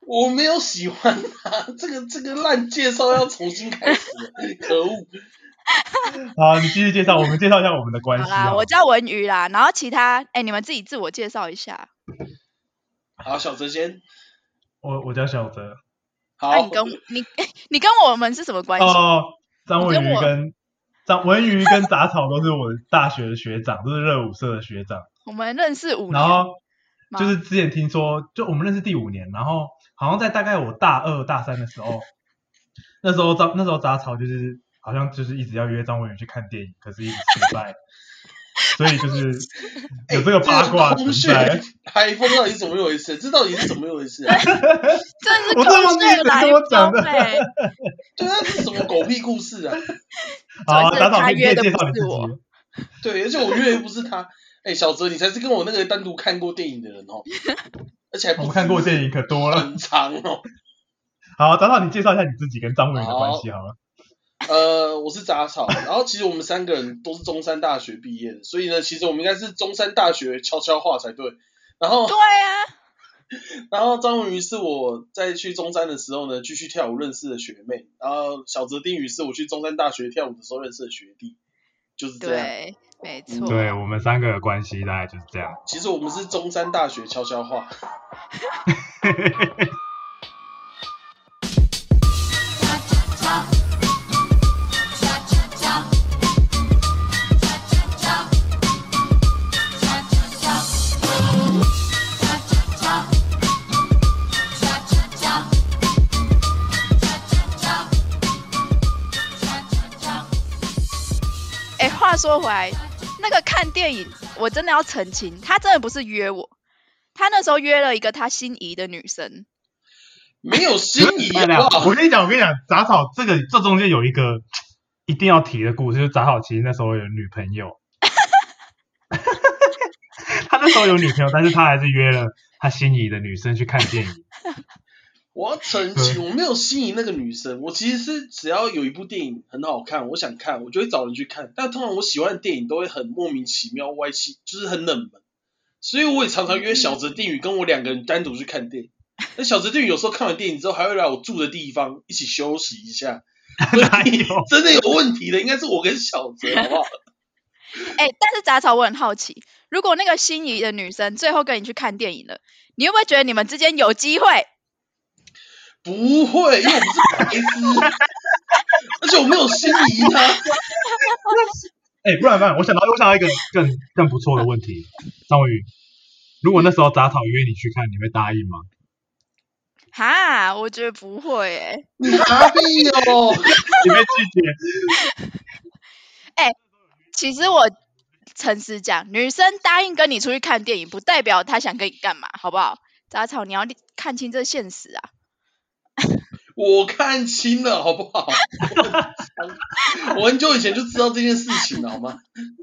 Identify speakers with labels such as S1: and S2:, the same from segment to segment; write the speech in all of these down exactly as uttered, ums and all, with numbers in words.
S1: 我没有喜欢他，这个这个烂介绍要重新开始了，可恶！
S2: 好，你继续介绍，我们介绍一下我们的关系。
S3: 好啦，我叫文瑜啦，然后其他，哎，你们自己自我介绍一下。
S1: 好，小泽先。
S2: 我我叫小泽。
S1: 好，
S3: 啊、你跟你你跟我们是什么关系？
S2: 哦，张文瑜跟张文瑜跟杂草都是我大学的学长，都是热舞社的学长。
S3: 我们认识五年。
S2: 然后就是之前听说，就我们认识第五年，然后好像在大概我大二大三的时候，那时候张那时候杂草就是好像就是一直要约张文瑜去看电影，可是一直失败。所以就是有这个八卦存在。
S1: 海风到底怎么一回事？这到底是怎么一回事啊？
S3: 这是
S2: 我这么记得跟我讲的。
S1: 对啊，这是什么狗屁故事啊？
S2: 好，打扫
S3: 他约的
S2: 介绍你自己。
S1: 对，而且我约的不是他。哎、欸，小泽，你才是跟我那个单独看过电影的人哦。而且还不
S2: 我们看过电影可多了，
S1: 很长哦。
S2: 好，打扫你介绍一下你自己跟张文宇的关系好了。
S1: 呃，我是杂草，然后其实我们三个人都是中山大学毕业的，所以呢，其实我们应该是中山大学悄悄话才对。然后，
S3: 对啊。
S1: 然后张文瑜是我在去中山的时候呢，继续跳舞认识的学妹，然后小泽丁宇是我去中山大学跳舞的时候认识的学弟，就是这样。
S3: 对，没错。
S2: 对，我们三个的关系大概就是这样。
S1: 其实我们是中山大学悄悄话。
S3: 话说回来，那个看电影我真的要澄清，他真的不是约我，他那时候约了一个他心仪的女生。
S1: 没有心仪好不好？
S2: 我跟你讲，我跟你讲，杂草这个这中间有一个一定要提的故事，就是杂草其实那时候有女朋友，他那时候有女朋友，但是他还是约了他心仪的女生去看电影。
S1: 我要澄清，我没有心仪那个女生，我其实是只要有一部电影很好看，我想看，我就会找人去看。但通常我喜欢的电影都会很莫名其妙、歪七，就是很冷门，所以我也常常约小泽定宇跟我两个人单独去看电影。那小泽定宇有时候看完电影之后，还会来我住的地方一起休息一下。
S2: 哪有？
S1: 真的有问题的，应该是我跟小泽，好不好？
S3: 哎、欸，但是杂草，我很好奇，如果那个心仪的女生最后跟你去看电影了，你会不会觉得你们之间有机会？
S1: 不会，因为我不是白痴，而且我没有心仪他。
S2: 哎、欸，不然不然，我想到我想到一个更更不错的问题，张文宇，如果那时候杂草约你去看，你会答应吗？
S3: 哈，我觉得不会诶、欸。
S1: 你何必哦？
S2: 你被拒绝。
S3: 哎、欸，其实我诚实讲，女生答应跟你出去看电影，不代表她想跟你干嘛，好不好？杂草，你要看清这现实啊。
S1: 我看清了，好不好？我很久以前就知道这件事情了，好吗？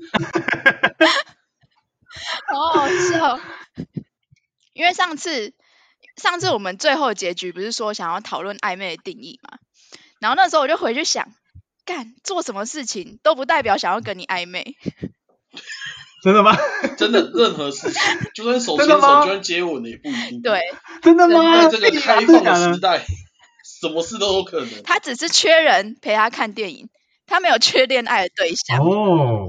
S3: 好好笑，因为上次上次我们最后结局不是说想要讨论暧昧的定义嘛？然后那时候我就回去想，干做什么事情都不代表想要跟你暧昧。
S2: 真的吗？
S1: 真的，任何事情，就算手牵手，就算接吻的也不一定。
S3: 对，
S2: 真的吗？
S1: 在这个开放的时代，什么事都有可能。
S3: 他只是缺人陪他看电影，他没有缺恋爱的对象。
S2: 哦，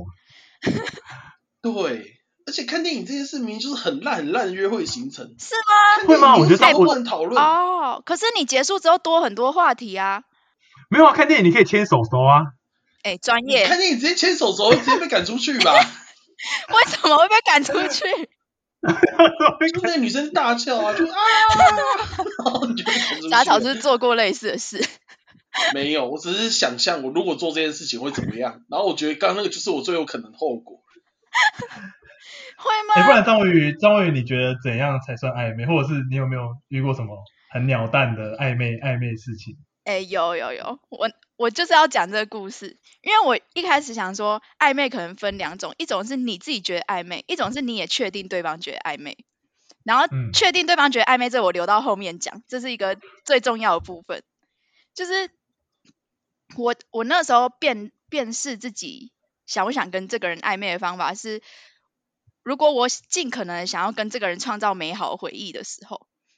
S1: 对，而且看电影这件事明明就是很烂很烂的约会行程。
S3: 是吗？
S2: 会吗？我觉得
S1: 不能讨论
S3: 哦。可是你结束之后多很多话题啊。
S2: 没有啊，看电影你可以牵手手啊。
S3: 哎、欸，专业。
S1: 看电影直接牵手手，直接被赶出去吧。
S3: 为什么会被赶出去？
S1: 就那个女生大叫啊，就啊，然后你就被赶出去。
S3: 杂草是做过类似的事。
S1: 没有，我只是想象我如果做这件事情会怎么样，然后我觉得刚刚那个就是我最有可能的后果。
S3: 会吗？
S2: 哎、欸，不然张文宇，张文宇，你觉得怎样才算暧昧？或者是你有没有遇过什么很鸟蛋的暧昧暧昧事情？
S3: 哎、欸，有有有，我我就是要讲这个故事，因为我一开始想说暧昧可能分两种，一种是你自己觉得暧昧，一种是你也确定对方觉得暧昧。然后确定对方觉得暧昧，这我留到后面讲，这是一个最重要的部分。就是我我那时候辨辨识自己想不想跟这个人暧昧的方法是，如果我尽可能想要跟这个人创造美好回忆的时候，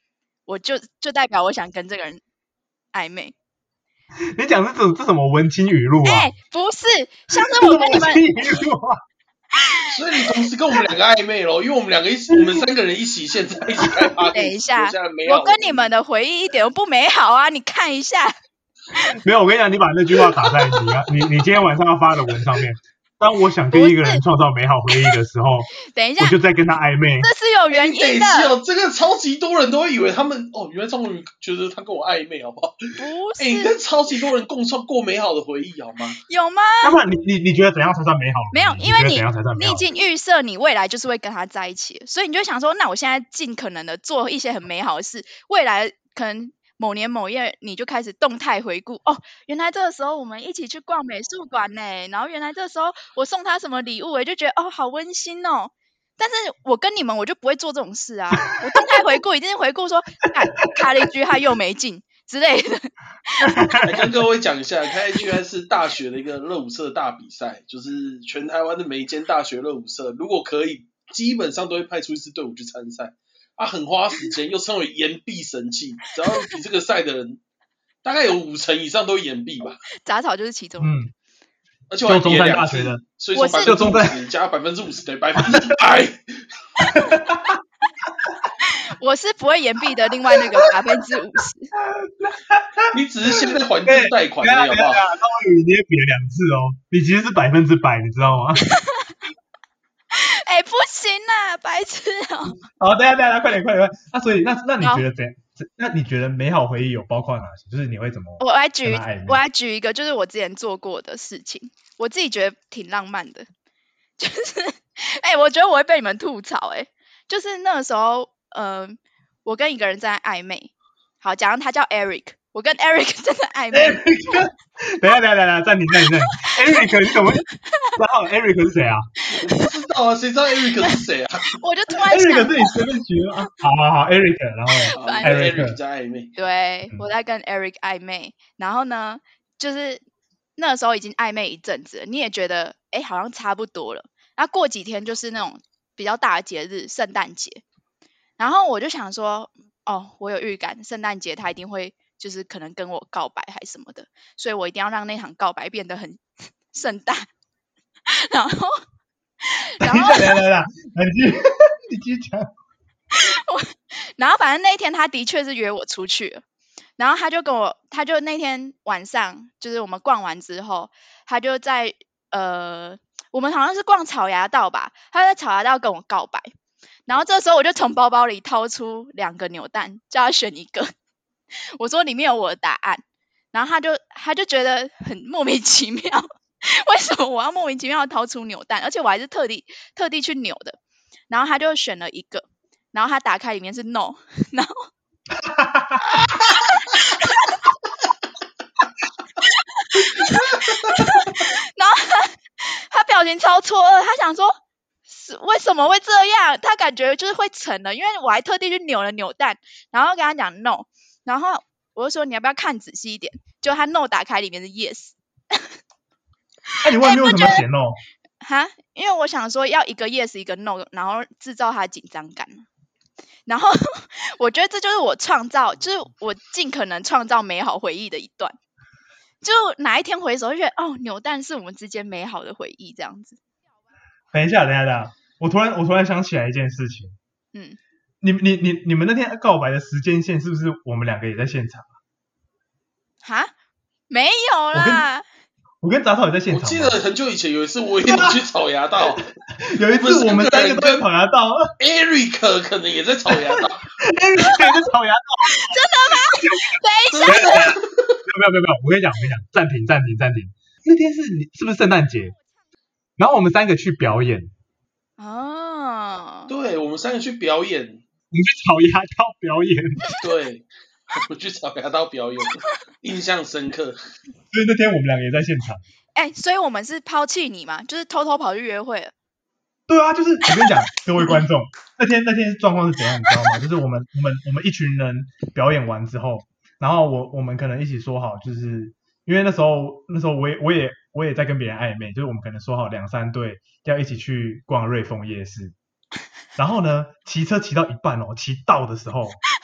S3: 我就就代表我想跟这个人暧昧。
S2: 你讲这种这什么文青语录啊？
S3: 哎、欸，不是，像是我跟你们。
S1: 所以你同时跟我们两个暧昧咯，因为我们两个一起，我们三个人一起现在一起开 party。
S3: 等一下，我跟你们的回忆一点都不美好啊！你看一下。
S2: 没有，我跟你讲，你把那句话打在你啊，你你今天晚上要发的文上面。当我想跟一个人创造美好回忆的时候，
S3: 等一下，
S2: 我就在跟他暧昧。
S3: 这是有原因的。
S1: 等一下、哦，这个超级多人都会以为他们哦，原来张文宇觉得他跟我暧昧，好不好？
S3: 不是，
S1: 哎、欸，你跟超级多人共创过美好的回忆，好吗？
S3: 有吗？
S2: 要不然你你你觉得怎样才算美好？
S3: 没有，因为你
S2: 你
S3: 你已经预设你未来就是会跟他在一起，所以你就想说，那我现在尽可能的做一些很美好的事，未来可能。某年某月，你就开始动态回顾哦，原来这个时候我们一起去逛美术馆呢，然后原来这个时候我送他什么礼物，我就觉得哦好温馨哦。但是我跟你们我就不会做这种事啊，我动态回顾一定是回顾说，看卡了一句他又没进之类的。
S1: 来跟各位讲一下，开 G I 是大学的一个热舞社大比赛，就是全台湾的每一间大学热舞社，如果可以，基本上都会派出一支队伍去参赛。啊，很花时间，又称为延毕神器。只要比这个赛的人，大概有五成以上都延毕吧。
S3: 杂草就是其中。
S2: 嗯，
S1: 而且我还叠两次，所以说百分之五十加百分之五十等于百分之百。
S3: 我是不会延毕的，另外那个百分之五十。
S1: 你只是现在还这个贷款而已，好不好？
S2: 他以为你也比了两次哦，你其实是百分之百，你知道吗？
S3: 哎、欸，不行啦，白痴哦！
S2: 好，等一下，等一下，快点，快点，快点。那所以，那那你觉得怎？那你觉得美好回忆有包括哪些？就是你会怎么？
S3: 我来举，我来举一个，就是我之前做过的事情，我自己觉得挺浪漫的。就是，哎、欸，我觉得我会被你们吐槽、欸，哎，就是那个时候，嗯、呃，我跟一个人在暧昧。好，假如他叫 Eric。我跟 Eric 真的暧昧。
S2: Eric， 等一下，等一下，等一下，暂停，暂停，暂停。Eric， 你怎么？然后 Eric 是谁啊？
S1: 我不知道啊，谁知道 Eric 是谁啊？
S3: 我就突然想
S2: ，Eric 是你随便取的啊。好好好 ，Eric， 然后
S1: Eric 在暧昧。
S3: 对，我在跟 Eric 暧昧，然后呢，就是那时候已经暧昧一阵子了，你也觉得哎好像差不多了。然后过几天就是那种比较大的节日，圣诞节，然后我就想说，哦，我有预感，圣诞节他一定会。就是可能跟我告白还什么的，所以我一定要让那场告白变得很盛大。然后，然后，
S2: 来来来，你继续，你继续讲。
S3: 我，然后反正那一天他的确是约我出去了，然后他就跟我，他就那天晚上，就是我们逛完之后，他就在呃，我们好像是逛草衙道吧，他在草衙道跟我告白，然后这时候我就从包包里掏出两个扭蛋，叫他选一个。我说里面有我的答案，然后他就他就觉得很莫名其妙，为什么我要莫名其妙掏出扭蛋，而且我还是特地特地去扭的，然后他就选了一个，然后他打开里面是 no， 然后然后他他表情超错愕，他想说是为什么会这样，他感觉就是会成了，因为我还特地去扭了扭蛋，然后跟他讲 no。然后我就说你要不要看仔细一点？就他 no 打开里面是 yes。
S2: 那、啊、你外面为什么写 no？
S3: 哈，因为我想说要一个 yes 一个 no， 然后制造他的紧张感。然后我觉得这就是我创造，就是我尽可能创造美好回忆的一段。就哪一天回首就觉得哦，扭蛋是我们之间美好的回忆这样子。
S2: 等一下，等一下，等一下，我突然我突然想起来一件事情。嗯。你你你你们那天告白的时间线是不是我们两个也在现场？
S3: 哈，没有啦。
S2: 我跟杂草也在现场。
S1: 我记得很久以前有一次我也有去草衙道，
S2: 有一次我们三个都在草衙道
S1: ，Eric 可能也在草衙道
S2: ，Eric 也在草衙道。
S3: 真的吗？等一下。
S2: 没有没有没有没有，我跟你讲我跟你讲，暂停暂停暂停。那天是是不是圣诞节？然后我们三个去表演。
S3: 哦。
S1: 对，我们三个去表演。
S2: 我们去草衙道表演，
S1: 对，我去草衙道表演，印象深刻。
S2: 所以那天我们两个也在现场。
S3: 哎、欸，所以我们是抛弃你嘛，就是偷偷跑去约会了。
S2: 对啊，就是我跟你讲，各位观众，那天那天状况是怎样，你知道吗？就是我们我们我们一群人表演完之后，然后我我们可能一起说好，就是因为那时候那时候我也我也我也在跟别人暧昧，就是我们可能说好两三对要一起去逛瑞丰夜市。然后呢，骑车骑到一半哦，骑到的时候，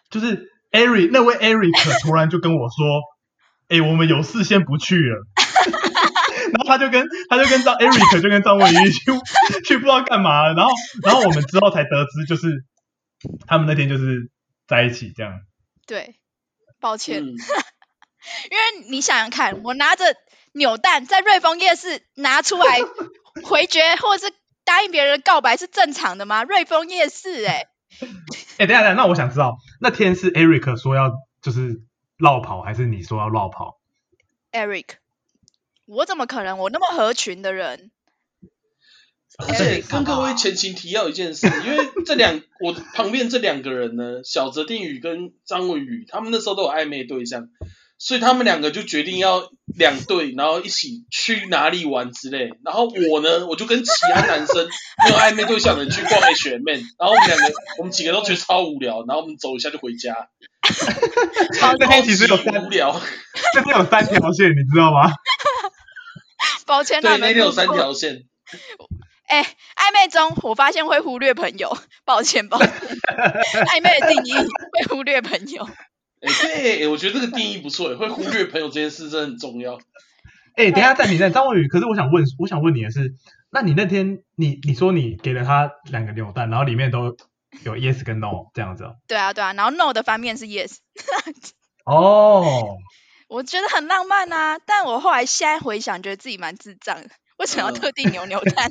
S2: 就是 Eric 那位 Eric 突然就跟我说，哎、欸，我们有事先不去了。然后他就跟他就跟张 Eric 就跟张文瑜去去不知道干嘛了，然后然后我们之后才得知，就是他们那天就是在一起这样。
S3: 对，抱歉，
S1: 嗯、
S3: 因为你想想看，我拿着扭蛋在瑞丰夜市拿出来回绝，或者是答应别人的告白是正常的吗？瑞丰夜市、欸，哎，
S2: 哎，等一下等一下，那我想知道，那天是 Eric 说要就是绕跑，还是你说要绕跑
S3: ？Eric。我怎么可能？我那么合群的人。
S1: 而且跟各位前情提要一件事，因为这两我旁边这两个人呢，小泽定宇跟张文宇，他们那时候都有暧昧对象，所以他们两个就决定要两队，然后一起去哪里玩之类。然后我呢，我就跟其他男生没有暧昧对象的人去逛 H and M， 然后我们两个，我们几个都觉得超无聊，然后我们走一下就回家。
S2: 那天其实有三
S1: 无聊，
S2: 那天有三条线，你知道吗？
S3: 抱歉，
S1: 对，那天有三条线。
S3: 哎、欸，暧昧中我发现会忽略朋友，抱歉抱歉。暧昧的定义会忽略朋友。
S1: 哎、欸，对，我觉得这个定义不错，会忽略朋友这件事真的很重要。
S2: 哎、欸，等一下暂停在张文宇，可是我想问，我想问你的是，那你那天你你说你给了他两个扭蛋，然后里面都有 yes 跟 no 这样子、哦？
S3: 对啊对啊，然后 no 的翻面是 yes。
S2: 哦。
S3: 我觉得很浪漫啊，但我后来现在回想，觉得自己蛮智障的，为什么要特地扭扭蛋？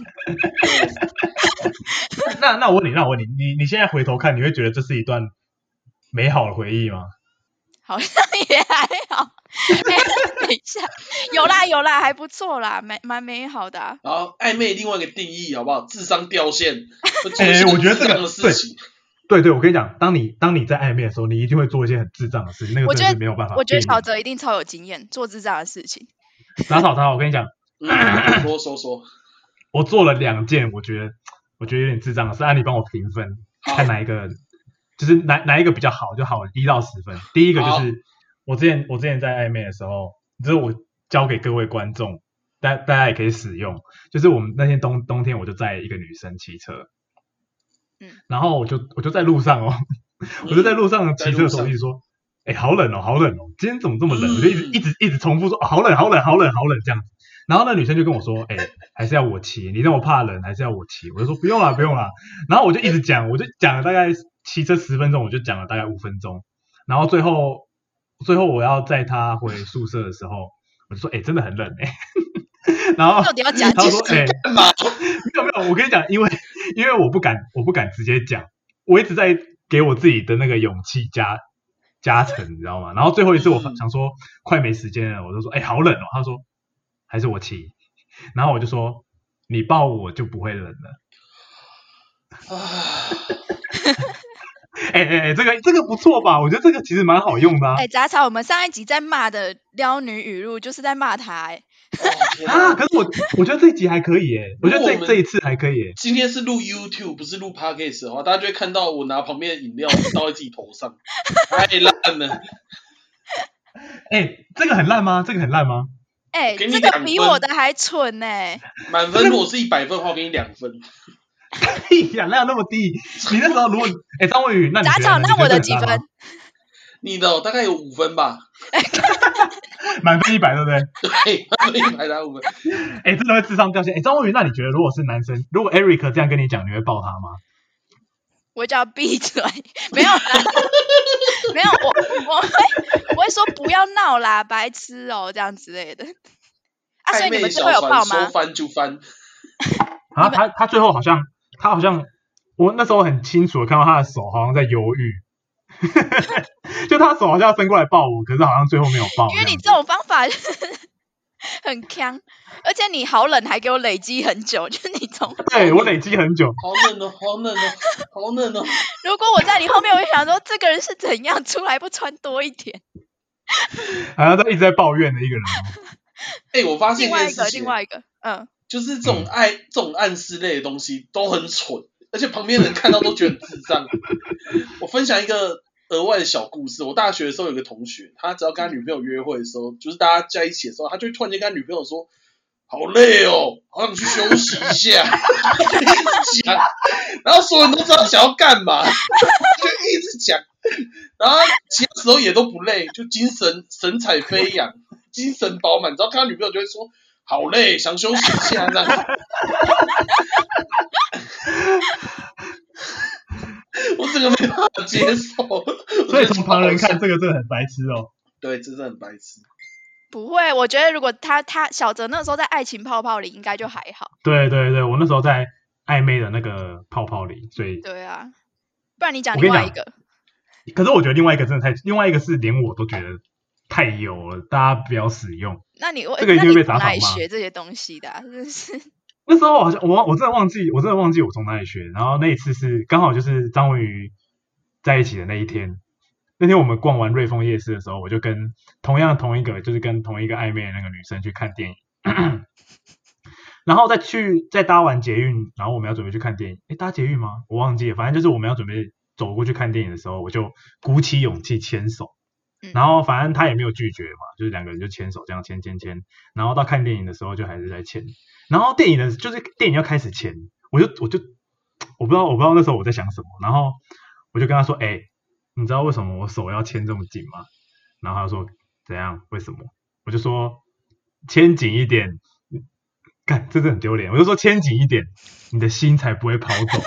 S2: 那那我问你，那我问你，你你现在回头看，你会觉得这是一段美好的回忆吗？
S3: 好像也还好。欸、等一下，有啦有啦，还不错啦，蛮蛮美好的、啊。
S1: 好，暧昧另外一个定义好不好？智商掉线。
S2: 哎、欸，我觉得这个
S1: 的事情。
S2: 对对，我跟你讲，当你当你在暧昧的时候，你一定会做一些很智障的事情，那个真的是没有办法。
S3: 我觉得小泽一定超有经验，做智障的事情。
S2: 打扫他，我跟你讲，
S1: 嗯、说说说，
S2: 我做了两件，我觉得我觉得有点智障的事，按你帮我评分，看哪一个，就是哪哪一个比较好就好，一到十分。第一个就是我之前我之前在暧昧的时候，就是我教给各位观众，大大家也可以使用，就是我们那天冬冬天我就载一个女生骑车。嗯，然后我就我就在路上哦，嗯、我就在路上骑车的时候一直说，哎、欸，好冷哦，好冷哦，今天怎么这么冷？嗯、我就一直一直一直重复说，哦，好冷，好冷，好冷，好冷这样子。然后那女生就跟我说，哎、欸，还是要我骑，你那么怕冷，还是要我骑？我就说不用啦，不用啦。然后我就一直讲，我就讲了大概骑车十分钟，我就讲了大概五分钟。然后最后最后我要载她回宿舍的时候，我就说，哎、欸，真的很冷哎、欸。然后
S3: 到底要讲
S2: 他说，哎、欸，没有没有，我跟你讲，因为因为我不敢，我不敢直接讲，我一直在给我自己的那个勇气加加成，你知道吗？然后最后一次我想说、嗯、快没时间了，我就说，哎、欸，好冷哦。他说还是我骑，然后我就说你抱我就不会冷了。哎哎哎，这个这个不错吧？我觉得这个其实蛮好用的啊。
S3: 哎、欸，杂草，我们上一集在骂的撩女语录就是在骂他哎、欸。
S1: 哦、
S2: 啊！可是我我觉得这一集还可以耶，我觉得这这一次还可以耶。
S1: 今天是录 YouTube 不是录 Podcast 的话，大家就会看到我拿旁边的饮料倒在自己头上，太烂了。
S2: 哎、欸，这个很烂吗？这个很烂吗？
S3: 哎、欸，这个比我的还蠢呢、欸。
S1: 满分如果是一百分的话，我给你两分。
S2: 哎呀，哪有那么低？你那时候如果哎张文宇，那你
S3: 杂草，那我的几分？
S1: 你的、哦、大概有五分吧。
S2: 满分一百，对不对？
S1: 对，满分一百打五分。
S2: 哎、欸，真的会智商掉线。哎、欸，张文宇，那你觉得如果是男生，如果 Eric 这样跟你讲，你会抱他吗？
S3: 我叫闭嘴，没有啦，没有，我我会我会说不要闹啦，白痴哦，这样之类的。啊，所以你们是会有抱吗？
S1: 说翻就翻。
S2: 啊，他他最后好像，他好像，我那时候很清楚的看到他的手好像在犹豫。就他手好像要伸过来抱我，可是好像最后没有抱。
S3: 因为你这种方法很强，而且你好冷还给我累积很久，就是你从
S2: 对我累积很久，
S1: 好冷哦，好冷哦，好冷哦。
S3: 如果我在你后面，我就想说这个人是怎样出来不穿多一点，
S2: 好像他一直在抱怨的一个人。
S1: 哎、欸，我发现
S3: 另外一个，另外一个，嗯，
S1: 就是这种爱、嗯、这种暗示类的东西都很蠢，而且旁边人看到都觉得很智障。我分享一个额外的小故事，我大学的时候有个同学，他只要跟他女朋友约会的时候，就是大家在一起的时候，他就会突然间跟他女朋友说， 好累哦，好想去休息一下，一直讲，然后所有人都知道想要干嘛，就一直讲，然后其他时候也都不累，就精神神采飞扬，精神饱满。只要看到女朋友就会说好累，想休息一下这样。我整个没办法接受，
S2: 所以从旁人看这个真的很白痴哦。
S1: 对，真的很白痴。
S3: 不会，我觉得如果他他小泽那时候在爱情泡泡里，应该就还好。
S2: 对对对，我那时候在暧昧的那个泡泡里，所以
S3: 对啊，不然你讲另外一个。
S2: 可是我觉得另外一个真的太，另外一个是连我都觉得太油了，大家不要使用。
S3: 那你
S2: 这个一定会被杂草骂。
S3: 那你从哪里学这些东西的、啊？真的是。
S2: 那时候好像我我真的忘记，我真的忘记我从哪里学。然后那一次是刚好就是张文瑜在一起的那一天。那天我们逛完瑞丰夜市的时候，我就跟同样同一个就是跟同一个暧昧的那个女生去看电影，然后再去再搭完捷运，然后我们要准备去看电影。诶，搭捷运吗？我忘记了，反正就是我们要准备走过去看电影的时候，我就鼓起勇气牵手，然后反正他也没有拒绝嘛，就是两个人就牵手这样牵牵牵，然后到看电影的时候就还是在牵，然后电影的就是电影要开始前，我就我就我不知道我不知道那时候我在想什么，然后我就跟他说，哎，你知道为什么我手要牵这么紧吗？然后他说怎样？为什么？我就说牵紧一点，干，这是很丢脸。我就说牵紧一点，你的心才不会跑走。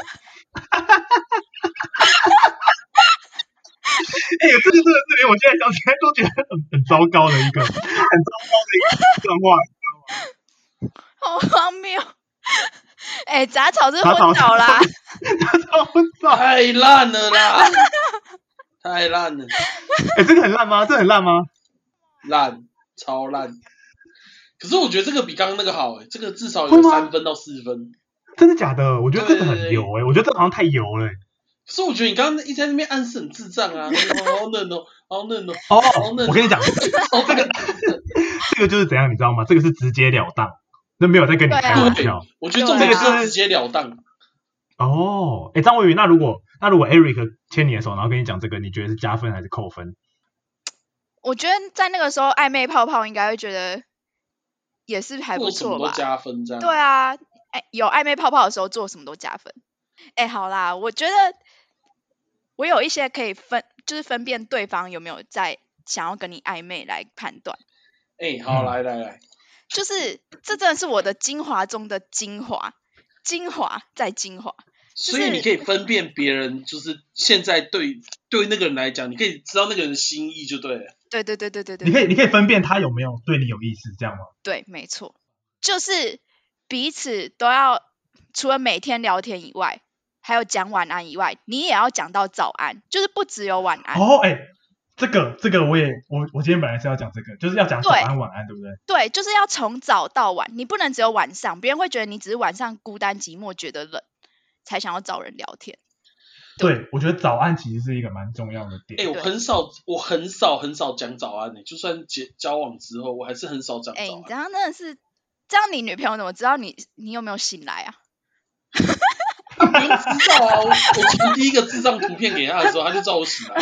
S2: 哎、欸，这个这个视频，我现在想起来都觉得很很糟糕的一个，很糟糕的一个段话，
S3: 好荒谬！哎、欸，杂草是昏倒啦，
S2: 杂草昏倒，
S1: 太烂了啦，太烂了。
S2: 哎、欸，这个很烂吗？这很烂吗？
S1: 烂，超烂。可是我觉得这个比刚刚那个好、欸，这个至少有三分到四分。
S2: 真的假的？我觉得这个很油哎、欸，我觉得这好像太油了、欸。
S1: 可是我觉得你刚刚一直在那边暗示很智障啊，好嫩哦，好嫩哦。
S2: 哦，
S1: 好嫩
S2: 我跟你讲，这个这个就是怎样，你知道吗？这个是直截了当，那没有在跟你开玩笑。
S1: 我觉得重点是直截了当。
S2: 哦，哎，张文宇，那如果那如果 Eric 牵你的手，然后跟你讲这个，你觉得是加分还是扣分？
S3: 我觉得在那个时候暧昧泡泡应该会觉得也是还不错吧。
S1: 做什么都加分这样。
S3: 对啊，哎，有暧昧泡泡的时候做什么都加分。哎，好啦，我觉得我有一些可以分，就是分辨对方有没有在想要跟你暧昧来判断。
S1: 哎，好，来来来，
S3: 就是这真的是我的精华中的精华，精华再精华。
S1: 所以你可以分辨别人，就是现在对对那个人来讲，你可以知道那个人的心意就对了。
S3: 对对对对对对。
S2: 你可以你可以分辨他有没有对你有意思，这样吗？
S3: 对，没错，就是彼此都要除了每天聊天以外，还有讲晚安以外，你也要讲到早安，就是不只有晚安。
S2: 哦，哎，这个这个我也我我今天本来是要讲这个，就是要讲早安晚安，对不对？
S3: 对，就是要从早到晚，你不能只有晚上，别人会觉得你只是晚上孤单寂寞觉得冷，才想要找人聊天。
S2: 对，对我觉得早安其实是一个蛮重要的点。
S1: 哎、欸，我很少我很少很少讲早安的、欸，就算结交往之后，我还是很少讲早安。
S3: 哎、欸，你这样真的是，这样你女朋友怎么知道你你有没有醒来啊？
S1: 他不用知道啊，我我传第一个智障图片给他的时候，他就知道我醒来。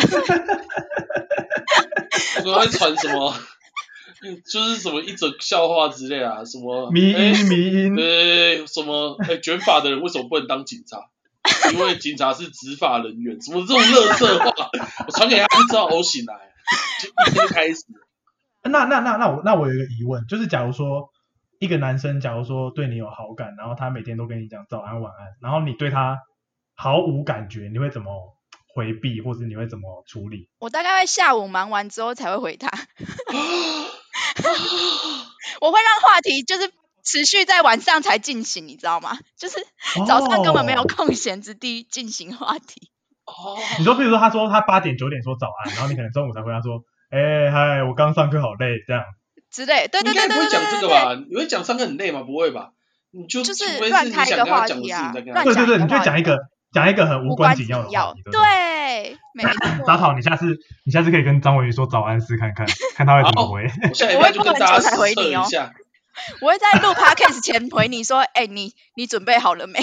S1: 我会传什么？就是什么一则笑话之类啊，什么
S2: 迷因迷因，
S1: 对，什么哎、欸、卷发的人为什么不能当警察？因为警察是执法人员，什么这种垃圾话，我传给他就知道我醒来，就一天就开始。
S2: 那那那那我那我有一个疑问，就是假如说一个男生，假如说对你有好感，然后他每天都跟你讲早安晚安，然后你对他毫无感觉，你会怎么回避，或是你会怎么处理？
S3: 我大概会下午忙完之后才会回他。我会让话题就是持续在晚上才进行，你知道吗？就是早上根本没有空闲之地进行话题。
S1: 哦，
S2: 你说，比如说他说他八点九点说早安，然后你可能中午才回他说，哎、欸、嗨，我刚上课好累，这样
S3: 之类。对对对对对对。
S1: 你应该不会讲这个吧？你会讲上课很累吗？不会吧？你就
S3: 就是乱开一个话题啊，
S2: 对对对，你就讲一个讲一个很无关紧要的话题。
S3: 对，没错。
S2: 杂草，你下次你下次可以跟张文瑜说早安试看看，看他会怎么回。
S1: 我下礼拜就跟大家实测一下。
S3: 我会在录 podcast 前回你说，哎、欸，你你准备好了没？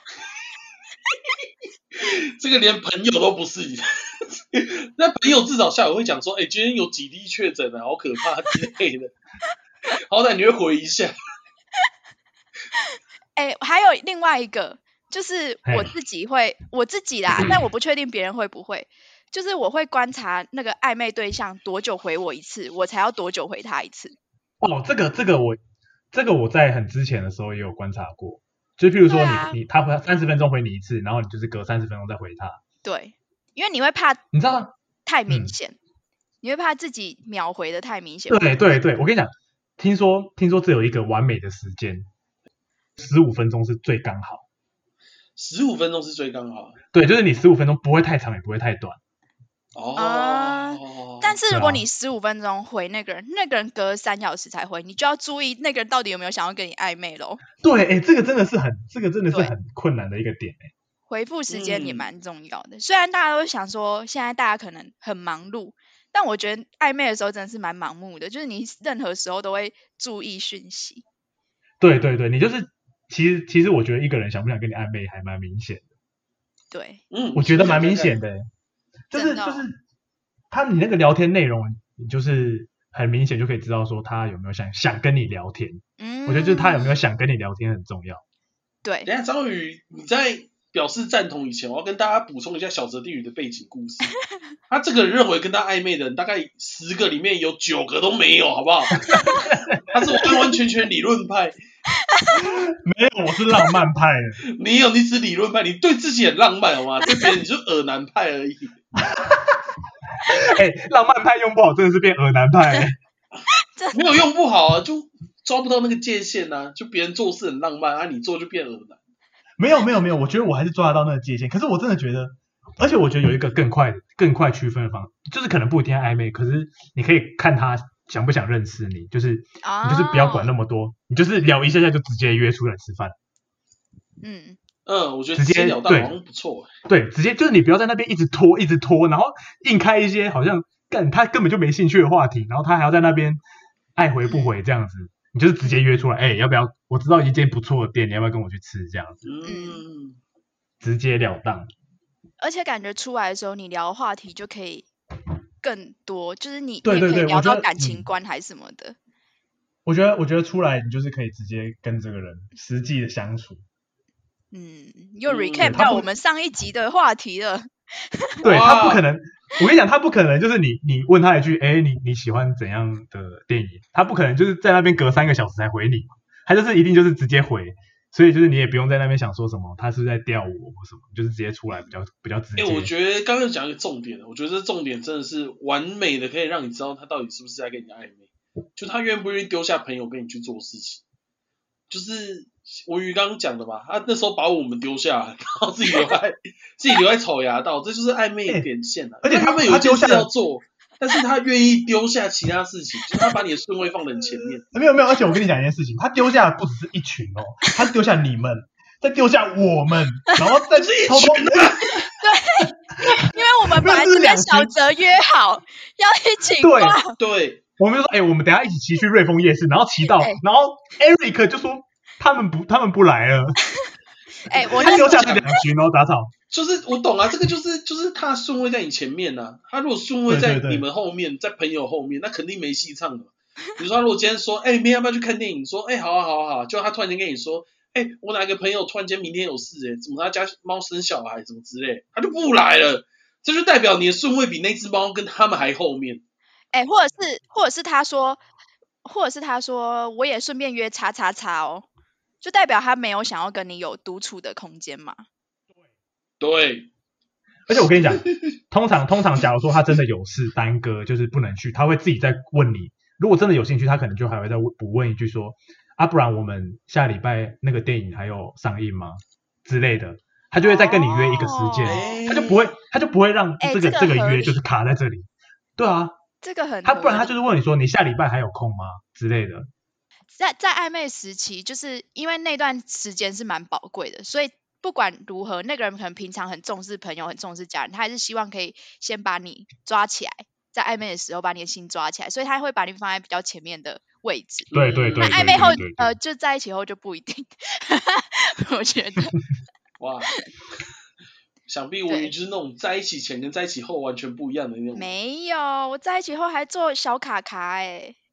S1: 这个连朋友都不是，那朋友至少下午会讲说，哎、欸，今天有几例确诊啊，好可怕之类的，好歹你会回一下。
S3: 哎、欸，还有另外一个，就是我自己会，我自己啦，但我不确定别人会不会。就是我会观察那个暧昧对象多久回我一次，我才要多久回他一次。
S2: 哦，这个这个我这个我在很之前的时候也有观察过，就譬如说你、啊、你他回三十分钟回你一次，然后你就是隔三十分钟再回他。
S3: 对，因为你会怕，
S2: 你知道
S3: 太明显、嗯，你会怕自己秒回的太明显。
S2: 对对对，我跟你讲，听说听说只有一个完美的时间，十五分钟是最刚好。
S1: 十五分钟是最刚好。
S2: 对，就是你十五分钟不会太长也不会太短。
S1: 哦、
S3: 呃，但是如果你十五分钟回那个人，啊、那个人隔三小时才回，你就要注意那个人到底有没有想要跟你暧昧咯。
S2: 对，哎、欸，这个真的是很，这个真的是很困难的一个点哎、欸。
S3: 回复时间也蛮重要的、嗯，虽然大家都想说现在大家可能很忙碌，但我觉得暧昧的时候真的是蛮盲目的，就是你任何时候都会注意讯息。
S2: 对对对，你就是其实其实我觉得一个人想不想跟你暧昧还蛮明显的。
S3: 对，
S2: 嗯，我觉得蛮明显的、欸。就是、哦、就是他你那个聊天内容，你就是很明显就可以知道说他有没有想想跟你聊天。嗯，我觉得就是他有没有想跟你聊天很重要。
S3: 对，
S1: 等一下张宇你在表示赞同以前，我要跟大家补充一下小泽地宇的背景故事。他这个认为跟他暧昧的人，大概十个里面有九个都没有，好不好？他是完完全全理论派。
S2: 没有，我是浪漫派的。
S1: 你有，你是理论派，你对自己很浪漫，好吗？对别人你就耳男派而已。
S2: 哎、欸，浪漫派用不好，真的是变耳男派、欸。
S1: 没有用不好啊，就抓不到那个界限啊。就别人做事很浪漫啊，你做就变耳男。
S2: 没有没有没有，我觉得我还是抓得到那个界限。可是我真的觉得，而且我觉得有一个更快的、更快区分的方法，就是可能不一定要暧昧，可是你可以看他想不想认识你，就是、oh. 你就是不要管那么多，你就是聊一下下就直接约出来吃饭。
S1: 嗯嗯，我觉得直接聊到好像不错。
S2: 对，直接就是你不要在那边一直拖一直拖，然后硬开一些好像干他根本就没兴趣的话题，然后他还要在那边爱回不回这样子。你就是直接约出来，哎、欸，要不要？我知道一间不错的店，你要不要跟我去吃？这样子，嗯，直截了当。
S3: 而且感觉出来的时候，你聊的话题就可以更多，就是你
S2: 对对对，
S3: 也可以聊到感情观还是什么的。
S2: 我觉得，我觉得出来你就是可以直接跟这个人实际的相处。
S3: 嗯，又 recap 到我们上一集的话题了。
S2: 对，他不可能，我跟你讲，他不可能就是你你问他一句，哎，你你喜欢怎样的电影？他不可能就是在那边隔三个小时才回你，他就是一定就是直接回，所以就是你也不用在那边想说什么，他是不是在吊我或什么，就是直接出来比较比较直接。
S1: 哎、欸，我觉得刚刚讲一个重点，我觉得这重点真的是完美的，可以让你知道他到底是不是在跟你暧昧，就他愿不愿意丢下朋友跟你去做事情，就是文瑜刚刚讲的吧，他那时候把我们丢下，然后自己留在自己留在草芽道，这就是暧昧的点线啊。
S2: 而且
S1: 他们有一件事要做，但是他愿意丢下其他事情，就是他把你的顺位放在前面。
S2: 没有没有，而且我跟你讲一件事情，他丢下的不只是一群哦，他丢下你们，再丢下我们，然后再偷偷。
S3: 对，因为我们本来是跟小泽约好要一起
S1: 逛，对，
S2: 我们就说，哎、欸，我们等一下一起骑去瑞丰夜市，然后骑到，然后 Eric 就说他们不，他们不来了。
S3: 哎、欸，我
S2: 他丢下是两群哦，杂草。
S1: 就是我懂啊，这个就是就是他顺位在你前面啊，他如果顺位在你们后面，在朋友后面，那肯定没戏唱的。比如说他如果今天说，哎、欸，明天要不要去看电影？说，哎、欸，好啊好啊好啊，就他突然间跟你说，哎、欸，我哪一个朋友突然间明天有事、欸，哎，怎么他家猫生小孩，什么之类，他就不来了，这就代表你的顺位比那只猫跟他们还后面。
S3: 哎、欸，或者是或者是他说，或者是他说，我也顺便约叉叉叉哦。就代表他没有想要跟你有独处的空间嘛？
S1: 对，
S2: 而且我跟你讲，通常通常假如说他真的有事耽搁，就是不能去，他会自己再问你。如果真的有兴趣，他可能就还会再补问一句说，啊，不然我们下礼拜那个电影还有上映吗？之类的，他就会再跟你约一个时间，哦、他就不会他就不会让这个、欸、这个约就是卡在这里。对啊，
S3: 这个很，
S2: 他不然他就是问你说，你下礼拜还有空吗？之类的。
S3: 在在暧昧时期，就是因为那段时间是蛮宝贵的，所以不管如何，那个人可能平常很重视朋友，很重视家人，他还是希望可以先把你抓起来，在暧昧的时候把你的心抓起来，所以他会把你放在比较前面的位置。
S2: 对对 对, 对。
S3: 那暧昧后，呃，就在一起后就不一定，我觉得。
S1: 哇，想必文瑜就是那种在一起前跟在一起后完全不一样的那种。
S3: 没有，我在一起后还做小卡卡哎、欸。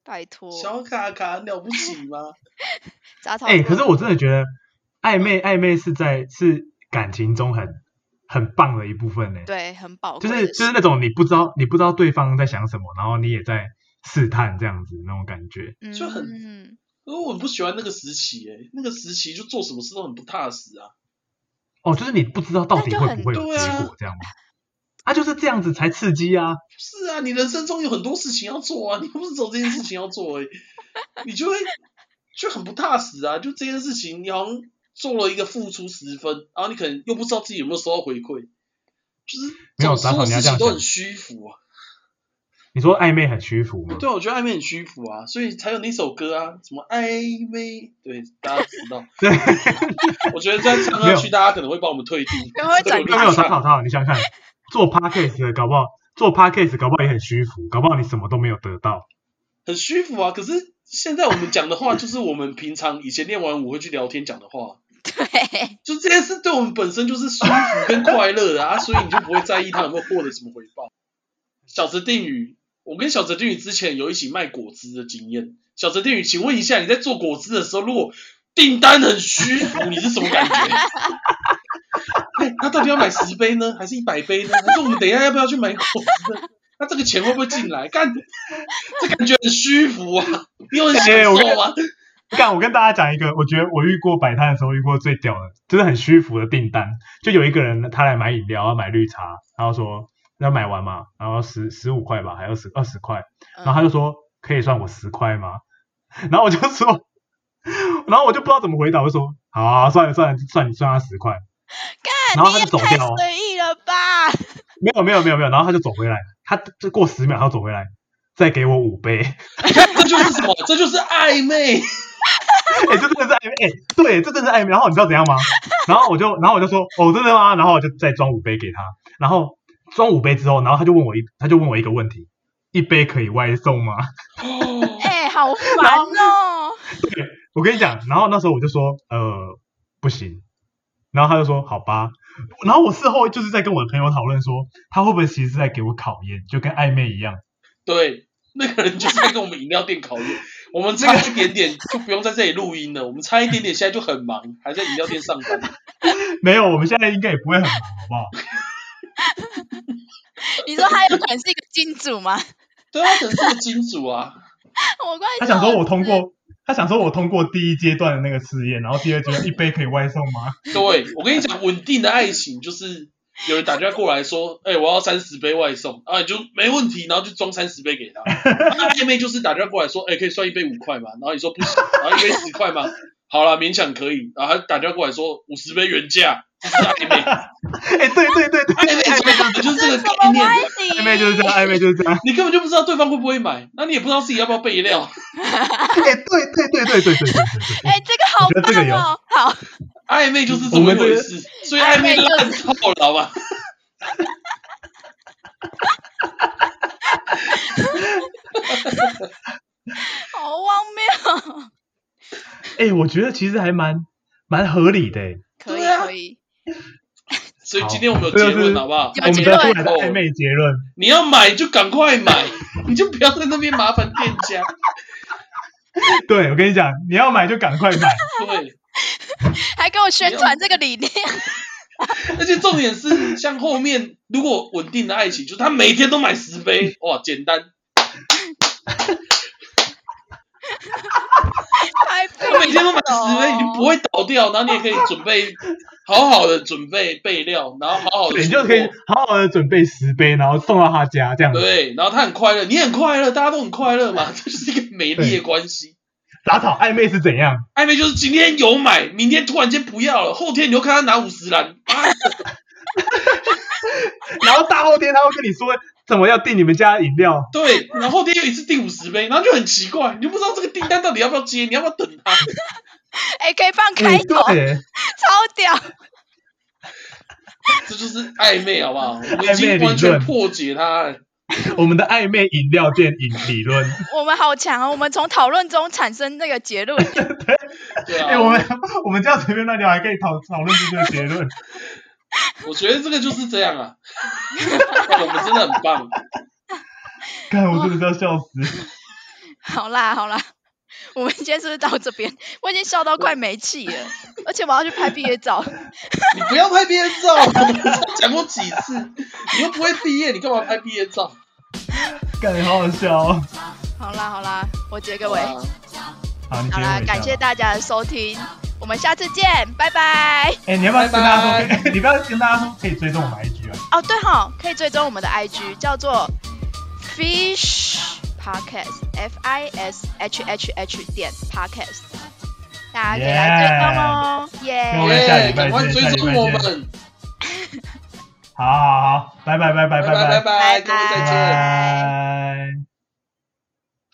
S3: 拜托，
S1: 小卡卡了不起吗？
S2: 哎、欸，可是我真的觉得暧昧暧昧是在是感情中很很棒的一部分呢。
S3: 对，很宝贵。
S2: 就是就是那种你不知道你不知道对方在想什么，然后你也在试探这样子那种感觉，
S1: 就很。嗯因为我很不喜欢那个时期、欸，那个时期就做什么事都很不踏实啊。
S2: 哦，就是你不知道到底会不会有结果这样吗？啊，就是这样子才刺激啊。
S1: 是啊，你人生中有很多事情要做啊，你不是只有这件事情要做而已，你就会就很不踏实啊。就这件事情，你好像做了一个付出十分，然后你可能又不知道自己有没有收到回馈，就是
S2: 没有
S1: 所有事情都很虚浮啊。
S2: 你说暧昧很虚浮吗？
S1: 对，我觉得暧昧很虚浮啊，所以才有那首歌啊，什么暧昧，对，大家知道。对，我觉得在唱歌区，大家可能会帮我们退订。
S3: 会转
S2: 没有查考套，你想想看，做 podcast 的搞不好，做 podcast 搞不好也很虚浮，搞不好你什么都没有得到。
S1: 很虚浮啊，可是现在我们讲的话，就是我们平常以前练完舞会去聊天讲的话。
S3: 对。
S1: 就这件事对我们本身就是舒服跟快乐的啊，所以你就不会在意他有没有获得什么回报。小泽定宇。我跟小泽定宇之前有一起卖果汁的经验。小泽定宇，请问一下，你在做果汁的时候，如果订单很虚浮，你是什么感觉？哎，他到底要买十杯呢，还是一百杯呢？还是我们等一下要不要去买果汁呢？那这个钱会不会进来？干，这感觉很虚浮啊！你有很享受吗？
S2: 干、欸，我跟大家讲一个，我觉得我遇过摆摊的时候遇过最屌的，就是很虚浮的订单。就有一个人他来买饮料，要买绿茶，然后说。要买完嘛，然后十十五块吧，还有十二十块，然后他就说可以算我十块吗？然后我就说，然后我就不知道怎么回答，我就说好啊，算了算了，算你算他十块。然后他就走掉。
S3: 太随意了吧？
S2: 没有没有没有没有，然后他就走回来，他就过十秒他走回来，再给我五杯。
S1: 这就是什么？这就是暧昧。
S2: 哎、欸，这真的是暧昧，哎、欸，对，这真的是暧昧。然后你知道怎样吗？然后我就，然后我就说，哦，真的吗？然后我就再装五杯给他，然后。装五杯之后，然后他就问我一，他就问我一个问题：一杯可以外送吗？
S3: 哎、欸，好烦哦！
S2: 对，我跟你讲，然后那时候我就说，呃，不行。然后他就说，好吧。然后我事后就是在跟我的朋友讨论说，他会不会其实是在给我考验，就跟暧昧一样。
S1: 对，那个人就是在跟我们饮料店考验。我们差一点点就不用在这里录音了，我们差一点点现在就很忙，还在饮料店上班。
S2: 没有，我们现在应该也不会很忙，好不好？
S3: 你说他有可能是一个金主吗？
S1: 对啊，可能是个金主啊。
S3: 我快
S2: 他想说我通过，他想说我通过第一阶段的那个试验，然后第二阶段一杯可以外送吗？
S1: 对，我跟你讲，稳定的爱情就是有人打电话过来说，哎、欸，我要三十杯外送，啊，你就没问题，然后就装三十杯给他。那暧昧就是打电话过来说，哎、欸，可以算一杯五块嘛？然后你说不行，然后一杯十块嘛？好啦，勉强可以，然后他打电话过来说五十杯原价。暧昧，
S2: 哎，对对对对，
S1: 暧昧暧昧就是这个概念，
S2: 暧昧就是这样，暧昧就是这样。
S1: 你根本就不知道对方会不会买，那你也不知道自己要不要备料。
S2: 哎，对对对对对对对对。
S3: 哎，这个好棒哦，这个有好。
S1: 暧昧就是这么一回事，所以暧昧烂透了，好吧？
S3: 好荒谬。
S2: 哎，我觉得其实还蛮蛮合理的。
S3: 可以可以，
S1: 所以今天我们有结论好不好？
S3: 有结
S2: 论，我们得出来的暧昧结论。
S1: 你要买就赶快买，你就不要在那边麻烦店家。
S2: 对，我跟你讲，你要买就赶快买。
S1: 对，
S3: 还给我宣传这个理念。
S1: 而且重点是，像后面如果稳定的爱情，就是他每天都买十杯，哇，简单。他每天都买十杯，你就不会倒掉，然后你也可以准备好好的准备备料，然后好好的，
S2: 你就可以好好的准备十杯，然后送到他家这样子。
S1: 对，然后他很快乐，你很快乐，大家都很快乐嘛，这就是一个美丽的关系。
S2: 打草暧昧是怎样？
S1: 暧昧就是今天有买，明天突然间不要了，后天你就看他拿五十篮，啊、
S2: 然后大后天他会跟你说怎么要订你们家的饮料。
S1: 对，然后后天又一次订五十杯，然后就很奇怪，你就不知道这个订单到底要不要接，你要不要等他？
S3: 哎、欸，可以放开头，
S2: 欸、
S3: 超屌。
S1: 这就是暧昧，好不好？我们已经完全破解它了。
S2: 我们的暧昧饮料店饮理论，
S3: 我们好强哦！我们从讨论中产生那个结论。
S2: 对，对啊、欸，我们我们这样随便乱聊还可以讨讨论出这个结论。
S1: 我觉得这个就是这样啊，我们真的很棒。
S2: 看我真的是要笑死。
S3: 好啦好啦，我们今天是不是到这边？我已经笑到快没气了，而且我要去拍毕业照。
S1: 你不要拍毕业照，我们讲过几次，你又不会毕业，你干嘛拍毕业照？
S2: 感觉好好笑哦。
S3: 好啦好啦，我结个尾。
S2: 好，你
S3: 好啦，感谢大家的收听，我们下次见，拜拜。
S2: 哎、欸，你要不要跟大家说？拜拜你不要跟大家说可以追踪我们 I G 啊？
S3: 哦，对哈，可以追踪我们的 I G， 叫做 Fish Podcast，F I S H H H 点 Podcast， 大家可以来追踪哦，耶！
S1: 耶，赶快追踪我们。
S2: 好好好，拜拜拜拜拜拜
S1: 拜拜拜拜，各位再见。
S2: 拜拜。